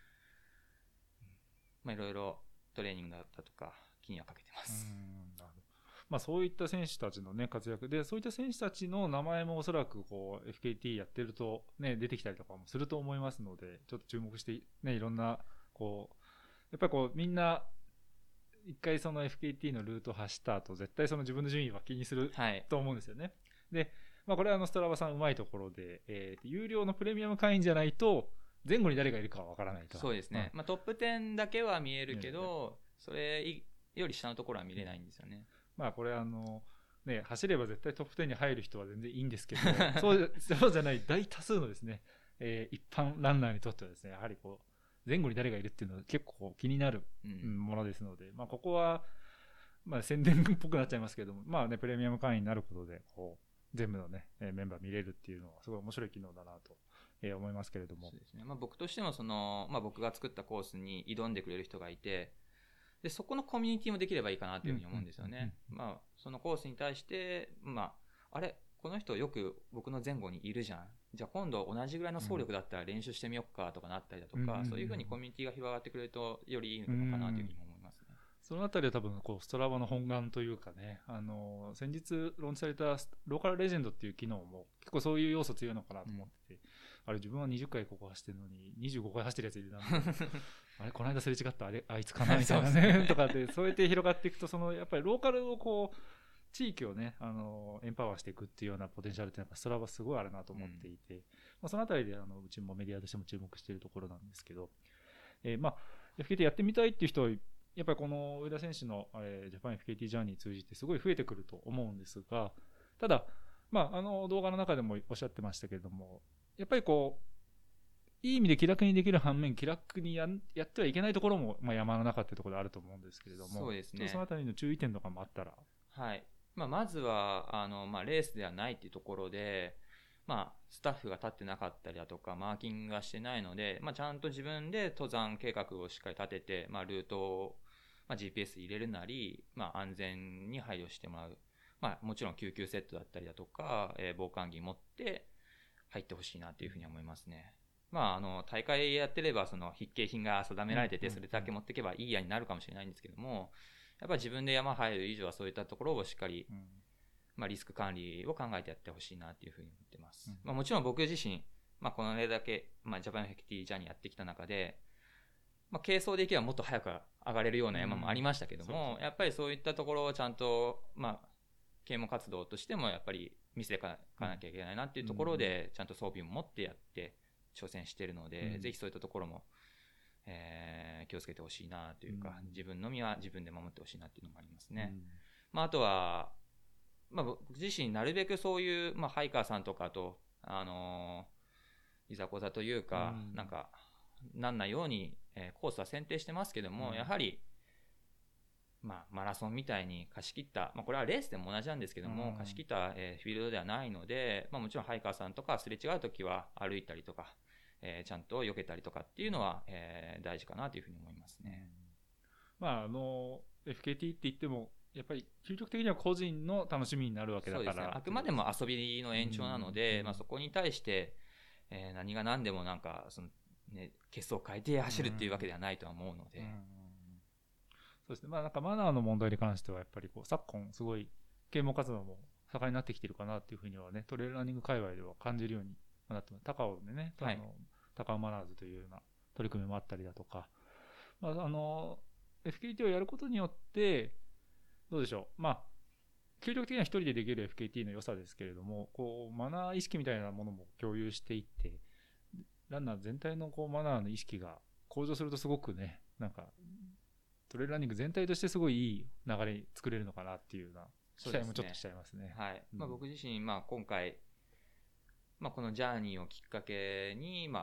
まあいろいろトレーニングだったとか気にはかけてます。 うんなるほど。まあそういった選手たちのね活躍で、そういった選手たちの名前もおそらくこう エフケーティー やってるとね出てきたりとかもすると思いますので、ちょっと注目してねいろんなこうやっぱりこうみんな一回その エフケーティー のルートを走った後絶対その自分の順位は気にすると思うんですよね。はい、で、まあこれはあのストラバさんうまいところで、えー、有料のプレミアム会員じゃないと前後に誰がいるかは分からないと。 そうですね。うん、まあトップじゅうだけは見えるけど、それより下のところは見れないんですよね。 まあこれあのね走れば絶対トップじゅうに入る人は全然いいんですけど、そうそうじゃない大多数のですね、えー、一般ランナーにとってはですねやはりこう前後に誰がいるっていうのは結構気になるものですので、うん、まあここはまあ宣伝っぽくなっちゃいますけども、まあねプレミアム会員になることでこう全部のねメンバー見れるっていうのはすごい面白い機能だなと。えー、思いますけれども。 そうですね。まあ僕としてもその、まあ僕が作ったコースに挑んでくれる人がいて、で、そこのコミュニティもできればいいかなというふうに思うんですよね。まあそのコースに対して、まあ、あれ、この人よく僕の前後にいるじゃん。じゃあ今度同じぐらいの走力だったら練習してみようかとかなったりだとか、うん、そういうふうにコミュニティが広がってくれるとよりいいのかなというふうに思いますね。うん、 そのあたりは多分こうストラバの本願というかね、あの先日ローンチされたローカルレジェンドっていう機能も結構そういう要素強いのかなと思ってて、うん、あれ自分はにじゅっかいここ走ってるのににじゅうごかい走ってるやついるなあれこの間すれ違ったあれあいつかなみたいなねとかってそうやって広がっていくと、そのやっぱりローカルをこう地域をねあのエンパワーしていくっていうようなポテンシャルってやっぱストラバすごいあるなと思っていて、うんまあ、そのあたりであのうちもメディアとしても注目しているところなんですけど、えー、まあ エフケーティー やってみたいっていう人はやっぱりこの上田選手の、えー、ジャパン エフケーティー ジャーニー通じてすごい増えてくると思うんですが、ただまああの動画の中でもおっしゃってましたけれども、やっぱりこういい意味で気楽にできる反面気楽に や, やってはいけないところも、まあ、山の中ってところであると思うんですけれども、 そうですね、 そのあたりの注意点とかもあったら。 はい、まあ、まずはあの、まあ、レースではないっていうところで、まあ、スタッフが立ってなかったりだとかマーキングがしてないので、まあ、ちゃんと自分で登山計画をしっかり立てて、まあ、ルートを、まあ、ジーピーエス 入れるなり、まあ、安全に配慮してもらう、まあ、もちろん救急セットだったりだとか、えー、防寒着持って入ってほしいなというふうに思いますね。まあ、あの大会やってればその必携品が定められててそれだけ持っていけばいいやになるかもしれないんですけども、やっぱり自分で山入る以上はそういったところをしっかり、まあ、リスク管理を考えてやってほしいなというふうに思ってます。まあ、もちろん僕自身、まあ、この例だけ、まあ、ジャパンエフケーティージャーニーやってきた中で、まあ、軽装でいけばもっと早く上がれるような山もありましたけども、やっぱりそういったところをちゃんと、まあ、啓蒙活動としてもやっぱり見せていかなきゃいけないなっていうところでちゃんと装備を持ってやって挑戦しているので、うん、ぜひそういったところも、えー、気をつけてほしいなというか、うん、自分の身は自分で守ってほしいなっていうのもありますね。うんまあ、あとは、まあ、僕自身なるべくそういう、まあ、ハイカーさんとかと、あのー、いざこざというか、うん、なんかなんないように、えー、コースは選定してますけども、うん、やはり、まあ、マラソンみたいに貸し切った、まあ、これはレースでも同じなんですけども、うん、貸し切った、えー、フィールドではないので、まあ、もちろんハイカーさんとかすれ違うときは歩いたりとか、えー、ちゃんと避けたりとかっていうのは、えー、大事かなというふうに思いますね。 うん、まああの エフケーティー って言ってもやっぱり究極的には個人の楽しみになるわけだから。そうですね、 あくまでも遊びの延長なので、うんまあ、そこに対して、えー、何が何でもなんかその、ね、ケツを変えて走るっていうわけではないとは思うので、うんうんそうですね、まあなんかマナーの問題に関してはやっぱりこう昨今すごい啓蒙活動も盛んになってきてるかなっていうふうにはね、トレイルランニング界隈では感じるようになってます。高尾でね、はい、あの高尾マナーズというような取り組みもあったりだとか、まあ、あの エフケーティー をやることによってどうでしょう、まあ究極的には一人でできる エフケーティー の良さですけれども、こうマナー意識みたいなものも共有していってランナー全体のこうマナーの意識が向上するとすごくね、なんかトレイルランニング全体としてすごいいい流れ作れるのかなっていうような期待もちょっとしちゃいますね。 はい、うんまあ、僕自身、まあ、今回、まあ、このジャーニーをきっかけに、まあ、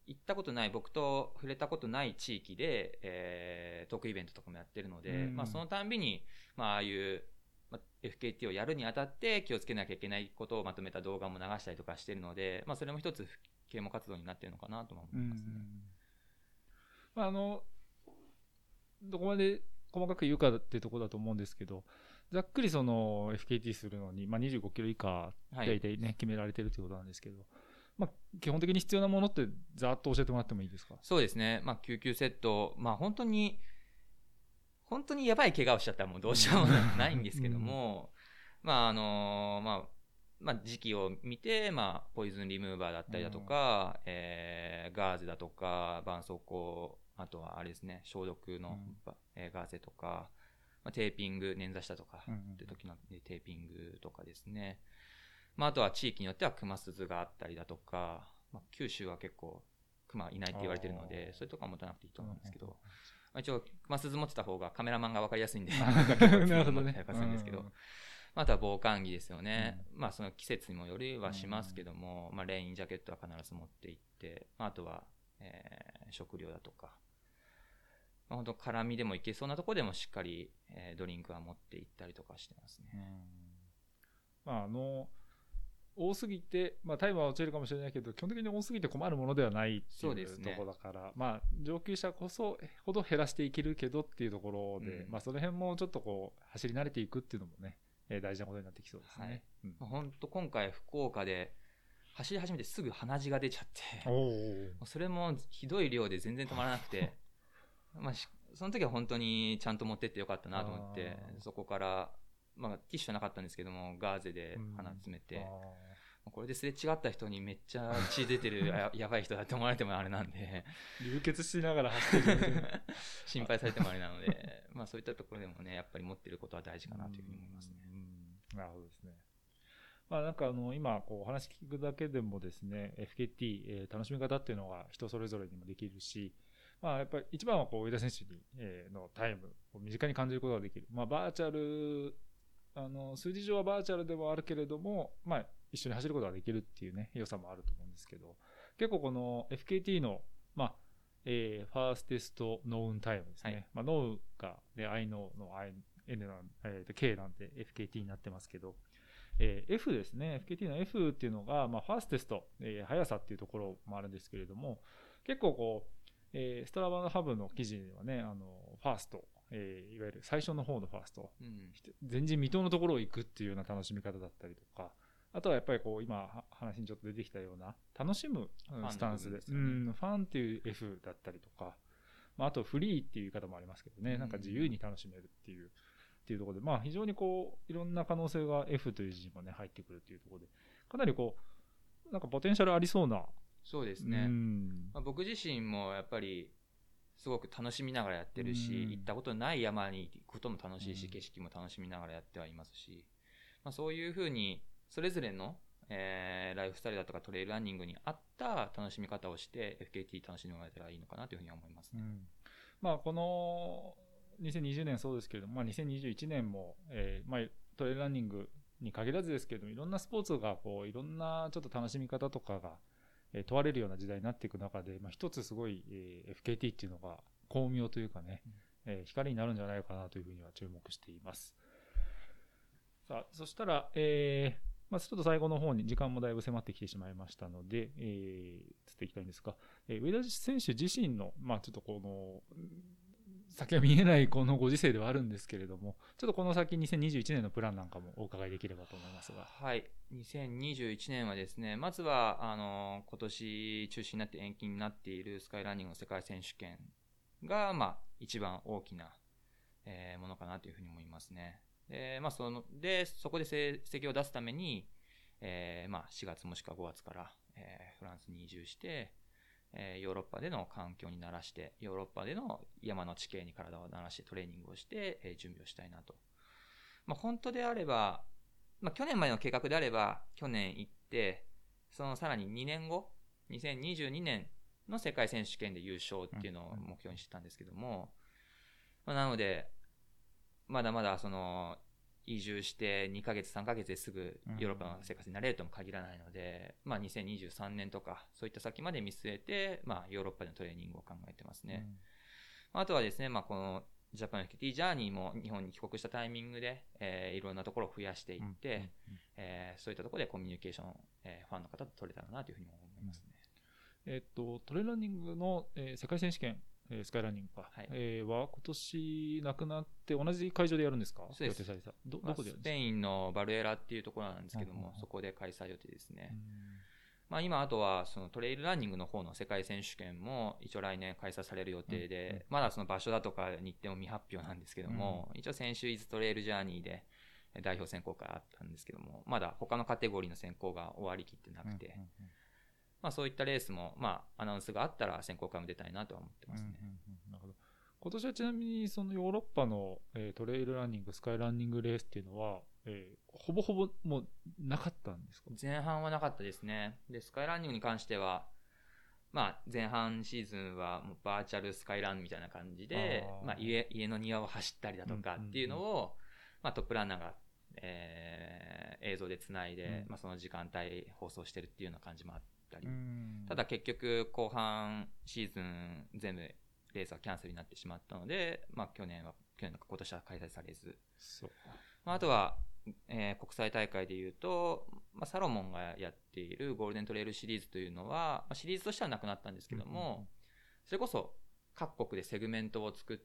行ったことない、僕と触れたことない地域で、えー、トークイベントとかもやってるので、まあ、そのたんびに、まあ、ああいう、まあ、エフケーティー をやるにあたって気をつけなきゃいけないことをまとめた動画も流したりとかしてるので、まあ、それも一つ啓蒙活動になってるのかなと思いますね。 まあ、あのどこまで細かく言うかっていうところだと思うんですけど、ざっくりその エフケーティー するのに、まあ、にじゅうごキロ以下大体ね、はい、決められてるということなんですけど、まあ、基本的に必要なものってざっと教えてもらってもいいですか？ そうですね、まあ、救急セット、まあ、本当に本当にやばい怪我をしちゃったらもうどうしようもないんですけども、うん、まああのまあまあ、時期を見て、まあ、ポイズンリムーバーだったりだとか、うん、えー、ガーゼだとか絆創膏、あとはあれですね、消毒の、うんえー、ガーゼとか、まあ、テーピング、捻挫したとかって時のテーピングとかですね、まあ、あとは地域によってはクマ鈴があったりだとか、まあ、九州は結構クマいないって言われてるので、それとか持たなくていいと思うんですけど、まあ、一応クマ鈴持ってた方がカメラマンが分かりやすいんでなるほどね、持ってたりするんですけど、あとは防寒着ですよね、うん、まあその季節にもよりはしますけども、うんまあ、レインジャケットは必ず持って行って、まあ、あとは、えー、食料だとか、まあ、本当辛みでもいけそうなところでもしっかり、えー、ドリンクは持って行ったりとかしてますね。 うんまあ、あの多すぎて、まあ、タイムは落ちるかもしれないけど基本的に多すぎて困るものではないっていうところだから、ねまあ、上級者こそほど減らしていけるけどっていうところで、うんまあ、その辺もちょっとこう走り慣れていくっていうのもね大事なことになってきそうですね。はいうん、本当今回福岡で走り始めてすぐ鼻血が出ちゃっておそれもひどい量で全然止まらなくてまあその時は本当にちゃんと持ってってよかったなと思ってそこから、まあ、ティッシュはなかったんですけどもガーゼで鼻詰めて、うん、これですれ違った人にめっちゃ血出てる や, やばい人だって思われてもあれなんで流血しながら走ってる心配されてもあれなのでまあそういったところでもねやっぱり持ってることは大事かなというふうに思いますね。 なるほどですね。まあなんかあの今こうお話聞くだけでもですね エフケーティー、えー、楽しみ方っていうのが人それぞれにもできるし、まあやっぱり一番はこう上田選手に、えー、のタイムを身近に感じることができる。まあバーチャルあの数字上はバーチャルではあるけれども、まあ一緒に走ることができるっていうね良さもあると思うんですけど、結構この エフケーティー のまあえー、ファーステストノウンタイムですね。はいまあ、ノウがで I know の I N なん、えー、K なんで エフケーティー になってますけど、えー、F ですね エフケーティー の F っていうのが、まあ、ファーステスト、えー、速さっていうところもあるんですけれども結構こう、えー、ストラバのハブの記事ではねあのファースト、えー、いわゆる最初の方のファースト、うん、前人未到のところを行くっていうような楽しみ方だったりとかあとはやっぱりこう今話にちょっと出てきたような楽しむスタンスで、ファン、ねうん、ファンっていう F だったりとか、まあ、あとフリーっていう言い方もありますけどね、うん、なんか自由に楽しめるっていうっていうところで、まあ非常にこういろんな可能性が F という字もね入ってくるっていうところで、かなりこうなんかポテンシャルありそうな。 そうですね。うんまあ、僕自身もやっぱりすごく楽しみながらやってるし、うん、行ったことない山に行くことも楽しいし、うん、景色も楽しみながらやってはいますし、まあ、そういうふうにそれぞれの、えー、ライフスタイルだとかトレイルランニングに合った楽しみ方をして エフケーティー 楽しんでもらえたらいいのかなというふうに思いますね。 うんまあ、このにせんにじゅうねんそうですけれども、まあ、にせんにじゅういちねんも、えーまあ、トレイルランニングに限らずですけれどもいろんなスポーツがこういろんなちょっと楽しみ方とかが、えー、問われるような時代になっていく中で、まあ、一つすごい、えー、エフケーティー っていうのが巧妙というかね、うんえー、光になるんじゃないかなというふうには注目しています。さあそしたら、えーまあ、ちょっと最後の方に時間もだいぶ迫ってきてしまいましたので、えー、つっていきたいんですが、えー、上田選手自身の、まあ、ちょっとこの先は見えないこのご時世ではあるんですけれども、ちょっとこの先にせんにじゅういちねんのプランなんかもお伺いできればと思いますが。 はい、にせんにじゅういちねんはですね、まずはあの今年中止になって延期になっているスカイランニングの世界選手権が、まあ、一番大きな、えー、ものかなというふうに思いますね。で、まあ、そのでそこで成績を出すために、えーまあ、しがつもしくはごがつから、えー、フランスに移住して、えー、ヨーロッパでの環境に慣らしてヨーロッパでの山の地形に体を慣らしてトレーニングをして、えー、準備をしたいなと、まあ、本当であれば、まあ、去年までの計画であれば去年行ってそのさらににねんごにせんにじゅうにねんの世界選手権で優勝っていうのを目標にしてたんですけども、まあ、なのでまだまだその移住してにかげつさんかげつですぐヨーロッパの生活になれるとも限らないので、うん、まあ、にせんにじゅうさんねんとかそういった先まで見据えて、まあ、ヨーロッパでのトレーニングを考えてますね、うん、あとはですね、まあ、このジャパン エフケーティー ジャーニーも日本に帰国したタイミングで、えー、いろんなところを増やしていって、うんうんうんえー、そういったところでコミュニケーション、えー、ファンの方と取れたらなというふうに思いますね、 うんえー、っとトレーランニングの、えー、世界選手権スカイランニングか、はいえー、は今年なくなって同じ会場でやるんですか？ そうです。 予定されたど、 まあ、 どこでやるんですか？ スペインのバルエラっていうところなんですけども、うんうんうん、そこで開催予定ですね。まあ、今あとはそのトレイルランニングの方の世界選手権も一応来年開催される予定で、うんうん、まだその場所だとか日程も未発表なんですけども、うん、一応先週イズトレイルジャーニーで代表選考会あったんですけども、まだ他のカテゴリーの選考が終わりきってなくて、うんうんうんまあ、そういったレースも、まあ、アナウンスがあったら選考会も出たいなとは思ってますね。うんうんうん、なるほど。 今年はちなみにそのヨーロッパの、えー、トレイルランニング、スカイランニングレースっていうのは、えー、ほぼほぼもうなかったんですか？ 前半はなかったですね。で、スカイランニングに関しては、まあ、前半シーズンはもうバーチャルスカイランみたいな感じで、あまあ、家、家の庭を走ったりだとかっていうのを、うんうんうんまあ、トップランナーが、えー、映像でつないで、うんまあ、その時間帯放送してるっていうような感じもあったり、ただ結局後半シーズン全部レースはキャンセルになってしまったので、まあ、去年は去年の今年は開催されず、そうまあ、あとは、えー、国際大会でいうと、まあ、サロモンがやっているゴールデントレイルシリーズというのは、まあ、シリーズとしてはなくなったんですけども、うんうんうん、それこそ各国でセグメントを作って、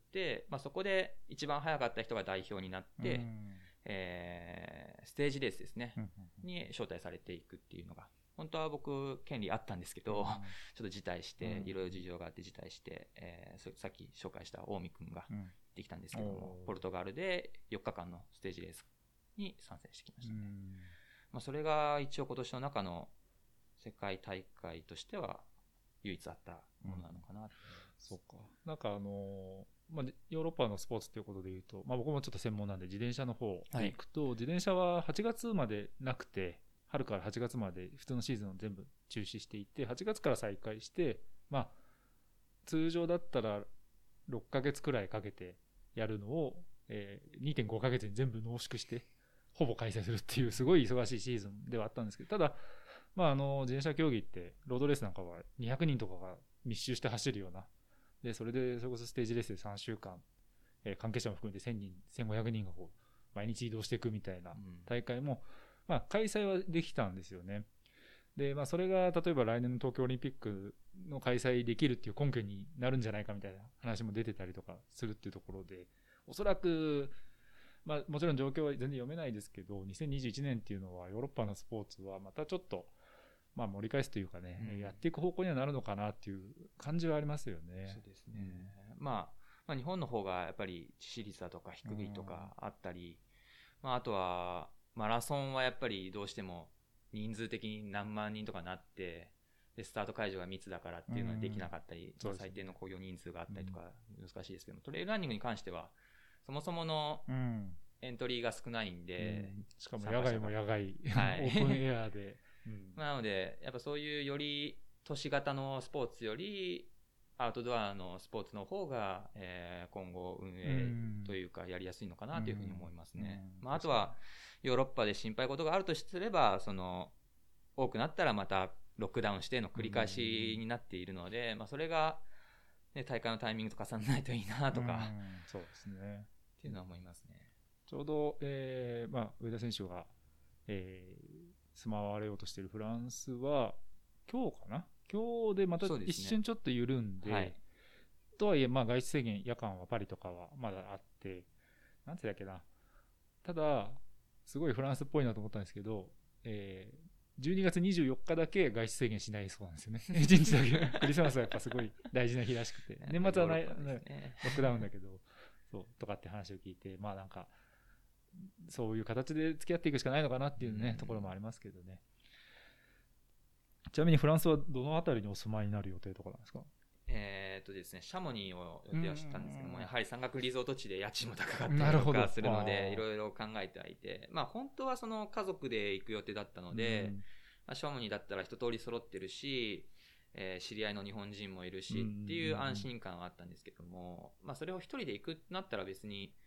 まあ、そこで一番早かった人が代表になって、うんえー、ステージレースですね、うんうんうん、に招待されていくっていうのが本当は僕権利あったんですけど、うん、ちょっと辞退していろいろ事情があって辞退して、えー、さっき紹介した大見くんが行ってきたんですけども、うん、ポルトガルでよっかかんのステージレースに参戦してきましたね、うんまあ、それが一応今年の中の世界大会としては唯一あったものなのかな、うん、 そうかなんかあのーまあ、ヨーロッパのスポーツということでいうと、まあ、僕もちょっと専門なんで自転車の方で行くと、はい、自転車ははちがつまでなくて春からはちがつまで普通のシーズンを全部中止していてはちがつから再開して、まあ、通常だったらろっかげつくらいかけてやるのを、えー、にてんごかげつに全部濃縮してほぼ開催するっていうすごい忙しいシーズンではあったんですけどただ、まあ、あの自転車競技ってロードレースなんかはにひゃくにんとかが密集して走るようなでそれでそれこそステージレースでさんしゅうかん、えー、関係者も含めてせんにんせんごひゃくにんがこう毎日移動していくみたいな大会も、うんまあ、開催はできたんですよね。で、まあ、それが例えば来年の東京オリンピックの開催できるっていう根拠になるんじゃないかみたいな話も出てたりとかするっていうところで、おそらく、まあ、もちろん状況は全然読めないですけど、にせんにじゅういちねんっていうのはヨーロッパのスポーツはまたちょっと、まあ、盛り返すというかね、うん、やっていく方向にはなるのかなっていう感じはありますよね。 そうですね。うん、まあ、まあ、日本の方がやっぱり致死率だとか低いとかあったり、うんまあ、あとは、マラソンはやっぱりどうしても人数的に何万人とかなってでスタート会場が密だからっていうのはできなかったり、うん、最低の興行人数があったりとか難しいですけども、トレイルランニングに関してはそもそものエントリーが少ないんで、 うん、しかも野外も野外、はい、オープンエアで、 うん、なのでやっぱそういうより都市型のスポーツよりアウトドアのスポーツの方が、えー、今後運営というかやりやすいのかなというふうに思いますね。まあ、あとはヨーロッパで心配事があるとすればその多くなったらまたロックダウンしての繰り返しになっているので、まあ、それが、ね、大会のタイミングと重ならないといいなとかそうですねっていうのは思いますね。 ちょうど、えーまあ、上田選手が、えー、住まわれようとしているフランスは今日かな今日でまた一瞬ちょっと緩ん で, で、ねはい、とはいえまあ外出制限夜間はパリとかはまだあってなんてだっけなただすごいフランスっぽいなと思ったんですけど、えー、じゅうにがつにじゅうよっかだけ外出制限しないそうなんですよねいちにちだけクリスマスはやっぱすごい大事な日らしくて年末はない、ね、ロックダウンだけどそうとかって話を聞いてまあなんかそういう形で付き合っていくしかないのかなっていうね、うん、ところもありますけどね。ちなみにフランスはどのあたりにお住まいになる予定とかなんですか？ えーっとですね、シャモニーを予定はしたんですけども、やはり山岳リゾート地で家賃も高かったりとかするのでいろいろ考えてはいて、まあ本当はその家族で行く予定だったので、まあ、シャモニーだったら一通り揃ってるし、えー、知り合いの日本人もいるしっていう安心感はあったんですけども、まあそれを一人で行くってなったら別に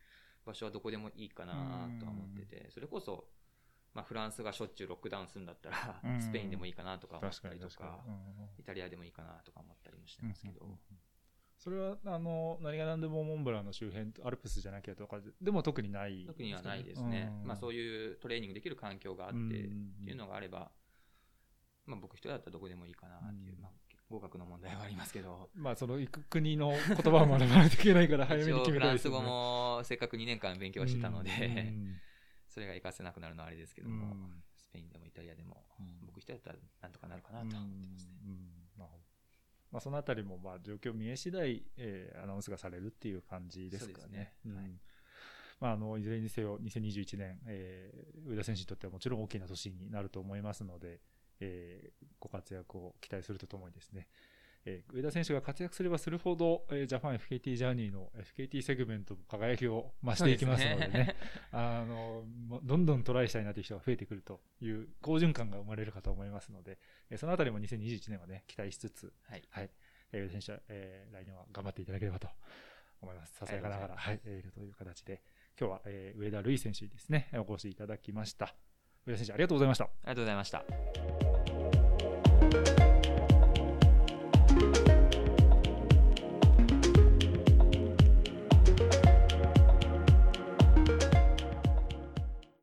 場所はどこでもいいかなとは思ってて、それこそ、まあ、フランスがしょっちゅうロックダウンするんだったら、スペインでもいいかなとか思ったりとか、イタリアでもいいかなとか思ったりもしてますけど。うんうんうん、 それはあの何が何でもモンブランの周辺、アルプスじゃなきゃとかでも特にない、ね、 特にはないですね、うん、まあ、そういうトレーニングできる環境があってっていうのがあれば、まあ、僕一人だったらどこでもいいかなっていう、うん、まあ、合格の問題はありますけど、 まあ、その行く国の言葉を学ばないといけないから早めに決めたいですよね。 フランス語もせっかくにねんかん勉強してたので、うん、それが活かせなくなるのはあれですけども、うん、スペインでもイタリアでも、うん、僕一人だったらなんとかなるかなと思ってますね。うんうん、なるほど。 まあ、そのあたりもまあ状況見え次第、えー、アナウンスがされるっていう感じですかね。そうですね、うん、はい。まあ、あのいずれにせよにせんにじゅういちねん、えー、上田選手にとってはもちろん大きな年になると思いますので、えー、ご活躍を期待するとともにですね、えー、上田選手が活躍すればするほど、えー、ジャパン エフケーティー ジャーニーの エフケーティー セグメントの輝きを増していきますのでね、でねあのどんどんトライしたいなという人が増えてくるという好循環が生まれるかと思いますので、えー、そのあたりもにせんにじゅういちねんはね期待しつつ、はい、はい、えー、上田選手は、えー、来年は頑張っていただければと思います。ささやかながら、はい、えー、という形で今日は、えー、上田瑠衣選手にですねお越しいただきました。上田選手ありがとうございました。ありがとうございました。